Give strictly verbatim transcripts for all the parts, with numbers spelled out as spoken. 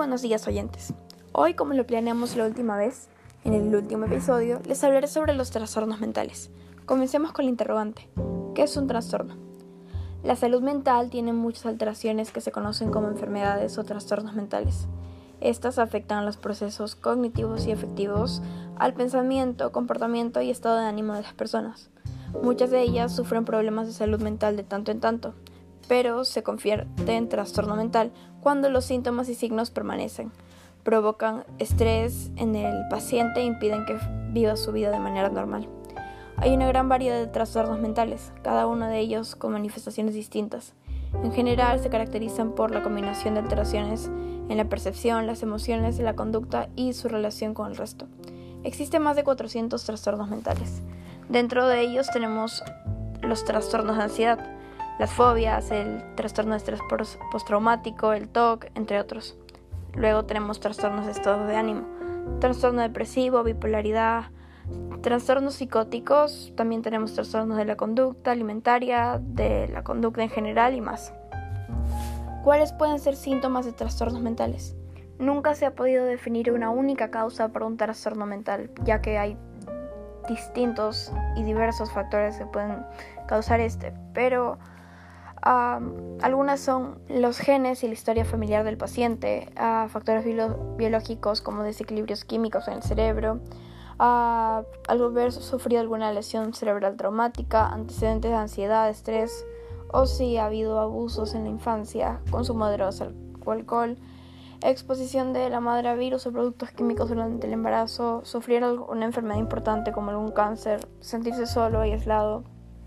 buenos días, oyentes. Hoy, como lo planeamos la última vez, en el último episodio, les hablaré sobre los trastornos mentales. Comencemos con la interrogante. ¿Qué es un trastorno? La salud mental tiene muchas alteraciones que se conocen como enfermedades o trastornos mentales. Estas afectan a los procesos cognitivos y afectivos, al pensamiento, comportamiento y estado de ánimo de las personas. Muchas de ellas sufren problemas de salud mental de tanto en tanto, pero se convierte en trastorno mental cuando los síntomas y signos permanecen, provocan estrés en el paciente e impiden que viva su vida de manera normal. Hay una gran variedad de trastornos mentales, cada uno de ellos con manifestaciones distintas. En general se caracterizan por la combinación de alteraciones en la percepción, las emociones, la conducta y su relación con el resto. Existen más de cuatrocientos trastornos mentales. Dentro de ellos tenemos los trastornos de ansiedad, las fobias, el trastorno de estrés postraumático, el T O C, entre otros. Luego tenemos trastornos de estado de ánimo, trastorno depresivo, bipolaridad, trastornos psicóticos, también tenemos trastornos de la conducta alimentaria, de la conducta en general y más. ¿Cuáles pueden ser síntomas de trastornos mentales? Nunca se ha podido definir una única causa para un trastorno mental, ya que hay distintos y diversos factores que pueden causar este, pero uh, algunas son los genes y la historia familiar del paciente, uh, factores bio- biológicos como desequilibrios químicos en el cerebro, uh, haber sufrido alguna lesión cerebral traumática, antecedentes de ansiedad, estrés, o si ha habido abusos en la infancia, consumo de drogas o alcohol, exposición de la madre a virus o productos químicos durante el embarazo, sufrir una enfermedad importante como algún cáncer, sentirse solo y aislado.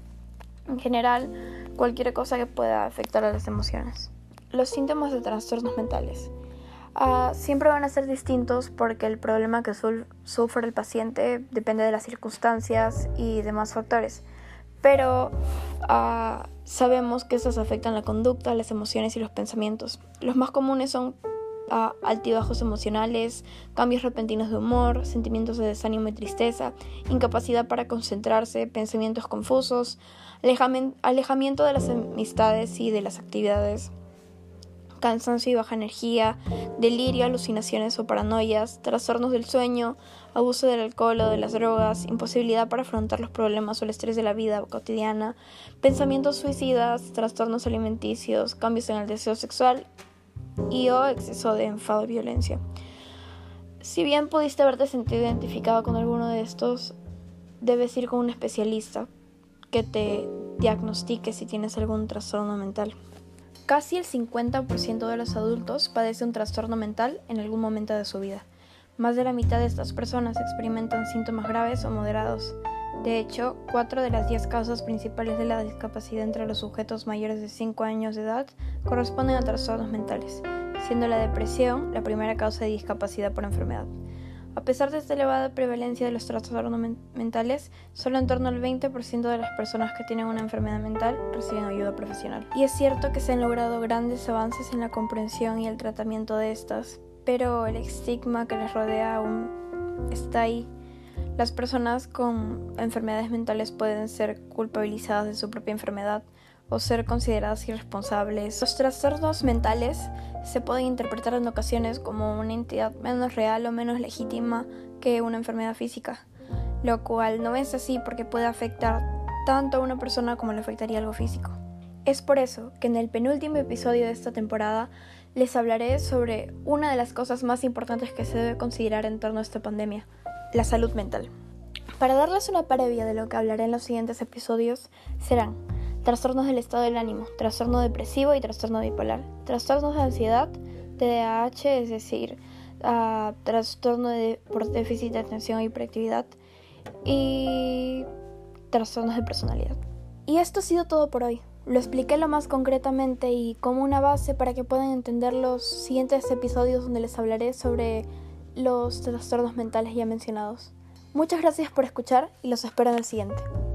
En general, cualquier cosa que pueda afectar a las emociones. Los síntomas de trastornos mentales uh, siempre van a ser distintos porque el problema que su- sufre el paciente depende de las circunstancias y demás factores. Pero uh, sabemos que estos afectan la conducta, las emociones y los pensamientos. Los más comunes son Uh, altibajos emocionales, cambios repentinos de humor, sentimientos de desánimo y tristeza, incapacidad para concentrarse, pensamientos confusos, alejamiento, alejamiento de las amistades y de las actividades, cansancio y baja energía, delirio, alucinaciones o paranoias, trastornos del sueño, abuso del alcohol o de las drogas, imposibilidad para afrontar los problemas o el estrés de la vida cotidiana, pensamientos suicidas, trastornos alimenticios, cambios en el deseo sexual y o exceso de enfado y violencia. Si bien pudiste haberte sentido identificado con alguno de estos, debes ir con un especialista que te diagnostique si tienes algún trastorno mental. Casi el cincuenta por ciento de los adultos padece un trastorno mental en algún momento de su vida. Más de la mitad de estas personas experimentan síntomas graves o moderados. De hecho, cuatro de las diez causas principales de la discapacidad entre los sujetos mayores de cinco años de edad corresponden a trastornos mentales, siendo la depresión la primera causa de discapacidad por enfermedad. A pesar de esta elevada prevalencia de los trastornos men- mentales, solo en torno al veinte por ciento de las personas que tienen una enfermedad mental reciben ayuda profesional. Y es cierto que se han logrado grandes avances en la comprensión y el tratamiento de estas, pero el estigma que les rodea aún está ahí. Las personas con enfermedades mentales pueden ser culpabilizadas de su propia enfermedad o ser consideradas irresponsables. Los trastornos mentales se pueden interpretar en ocasiones como una entidad menos real o menos legítima que una enfermedad física, lo cual no es así porque puede afectar tanto a una persona como le afectaría algo físico. Es por eso que en el penúltimo episodio de esta temporada les hablaré sobre una de las cosas más importantes que se debe considerar en torno a esta pandemia: la salud mental. Para darles una previa de lo que hablaré en los siguientes episodios, serán trastornos del estado del ánimo, trastorno depresivo y trastorno bipolar, trastornos de ansiedad, T D A H, es decir, uh, trastorno de, por déficit de atención e hiperactividad, y trastornos de personalidad. Y esto ha sido todo por hoy. Lo expliqué lo más concretamente y como una base para que puedan entender los siguientes episodios donde les hablaré sobre los trastornos mentales ya mencionados. Muchas gracias por escuchar y los espero en el siguiente.